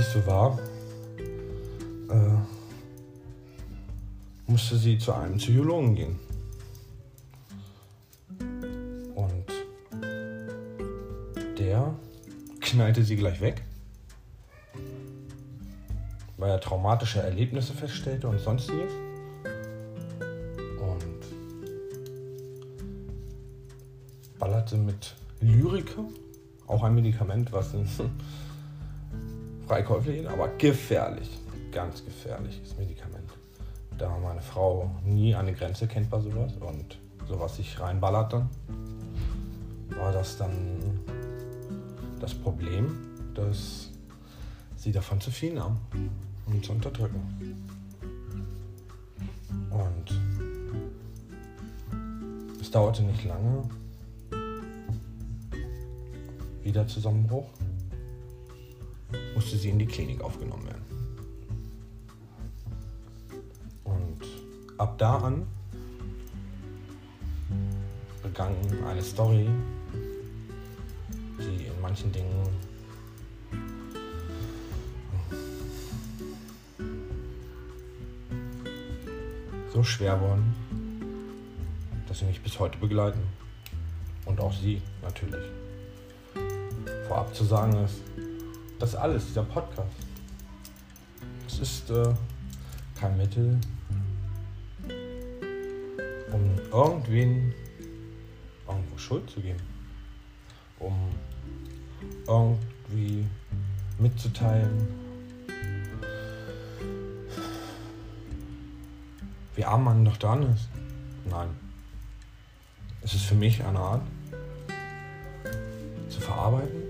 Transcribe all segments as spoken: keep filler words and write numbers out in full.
es so war, äh, musste sie zu einem Psychologen gehen. Und der knallte sie gleich weg, weil er traumatische Erlebnisse feststellte und sonstiges. Und ballerte mit Lyrica, auch ein Medikament, was frei käuflich ist, aber gefährlich, ganz gefährliches Medikament. Da meine Frau nie eine Grenze kennt bei sowas und sowas sich reinballert dann, war das dann das Problem, dass sie davon zu viel nahm, um zu unterdrücken. Und es dauerte nicht lange, wieder Zusammenbruch, musste sie in die Klinik aufgenommen werden. Und ab da an begann eine Story, die in manchen Dingen so schwer wurden, dass sie mich bis heute begleiten. Und auch sie natürlich. Vorab zu sagen ist, das alles, dieser Podcast, es ist äh, kein Mittel, um irgendwen irgendwo Schuld zu geben, um irgendwie mitzuteilen, wie arm man doch dran ist. Nein. Es ist für mich eine Art, zu verarbeiten.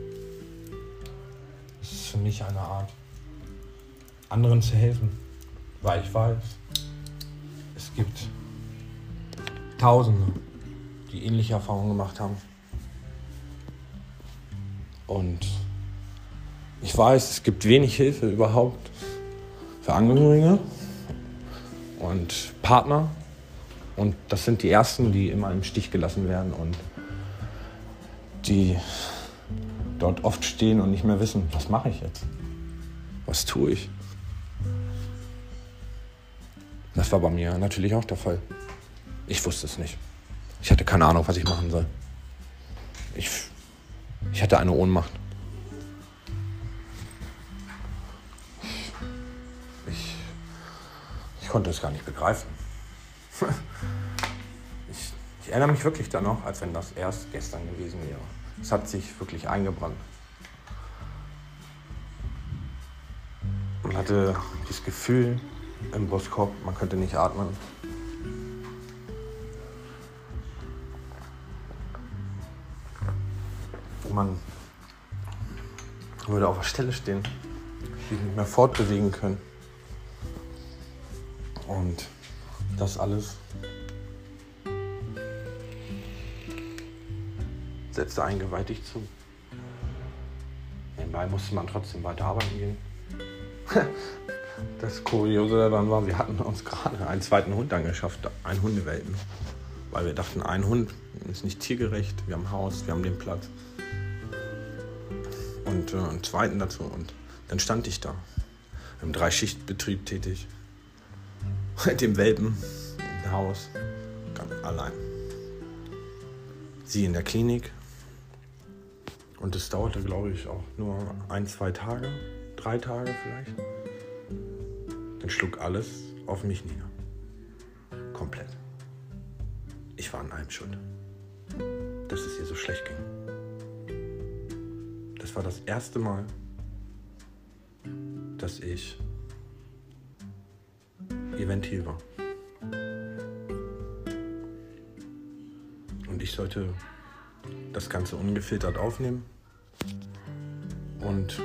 Es ist für mich eine Art, anderen zu helfen, weil ich weiß, es gibt Tausende, die ähnliche Erfahrungen gemacht haben. Und ich weiß, es gibt wenig Hilfe überhaupt für Angehörige und Partner. Und das sind die Ersten, die immer im Stich gelassen werden und die dort oft stehen und nicht mehr wissen, was mache ich jetzt? Was tue ich? Das war bei mir natürlich auch der Fall. Ich wusste es nicht. Ich hatte keine Ahnung, was ich machen soll. Ich, ich hatte eine Ohnmacht. Ich, ich konnte es gar nicht begreifen. Ich, ich erinnere mich wirklich dann noch, als wenn das erst gestern gewesen wäre. Es hat sich wirklich eingebrannt. Man hatte das Gefühl im Brustkorb, man könnte nicht atmen. Man würde auf der Stelle stehen, sich nicht mehr fortbewegen können. Und das alles setzte einen gewaltig zu. Nebenbei musste man trotzdem weiter arbeiten gehen. Das Kuriose daran war, wir hatten uns gerade einen zweiten Hund angeschafft, einen Hundewelpen. Weil wir dachten, ein Hund ist nicht tiergerecht, wir haben ein Haus, wir haben den Platz. Und äh, einen zweiten dazu. Und dann stand ich da, im Dreischichtbetrieb tätig, mit dem Welpen im Haus, ganz allein. Sie in der Klinik. Und es dauerte, glaube ich, auch nur ein, zwei Tage, drei Tage vielleicht. Dann schlug alles auf mich nieder. Komplett. Ich war an allem schuld, dass es ihr so schlecht ging. Das war das erste Mal, dass ich ihr Ventil war. Und ich sollte das Ganze ungefiltert aufnehmen und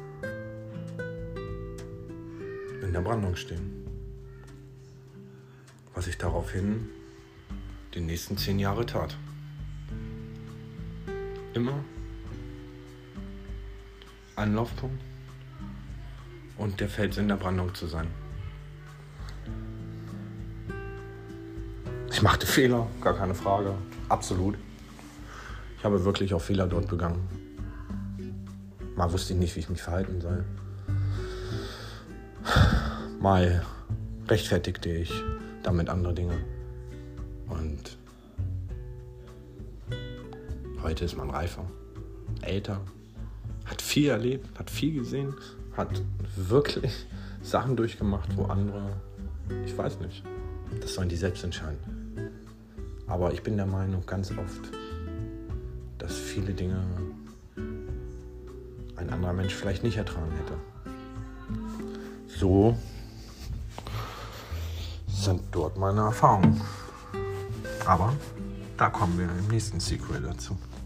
in der Brandung stehen. Was ich daraufhin die nächsten zehn Jahre tat. Immer Anlaufpunkt und der Fels in der Brandung zu sein. Ich machte Fehler, gar keine Frage, absolut. Ich habe wirklich auch Fehler dort begangen. Mal wusste ich nicht, wie ich mich verhalten soll. Mal rechtfertigte ich damit andere Dinge. Und heute ist man reifer, älter, hat viel erlebt, hat viel gesehen, hat wirklich Sachen durchgemacht, wo andere, ich weiß nicht, das sollen die selbst entscheiden. Aber ich bin der Meinung ganz oft, dass viele Dinge ein anderer Mensch vielleicht nicht ertragen hätte. So sind dort meine Erfahrungen. Aber da kommen wir im nächsten Sequel dazu.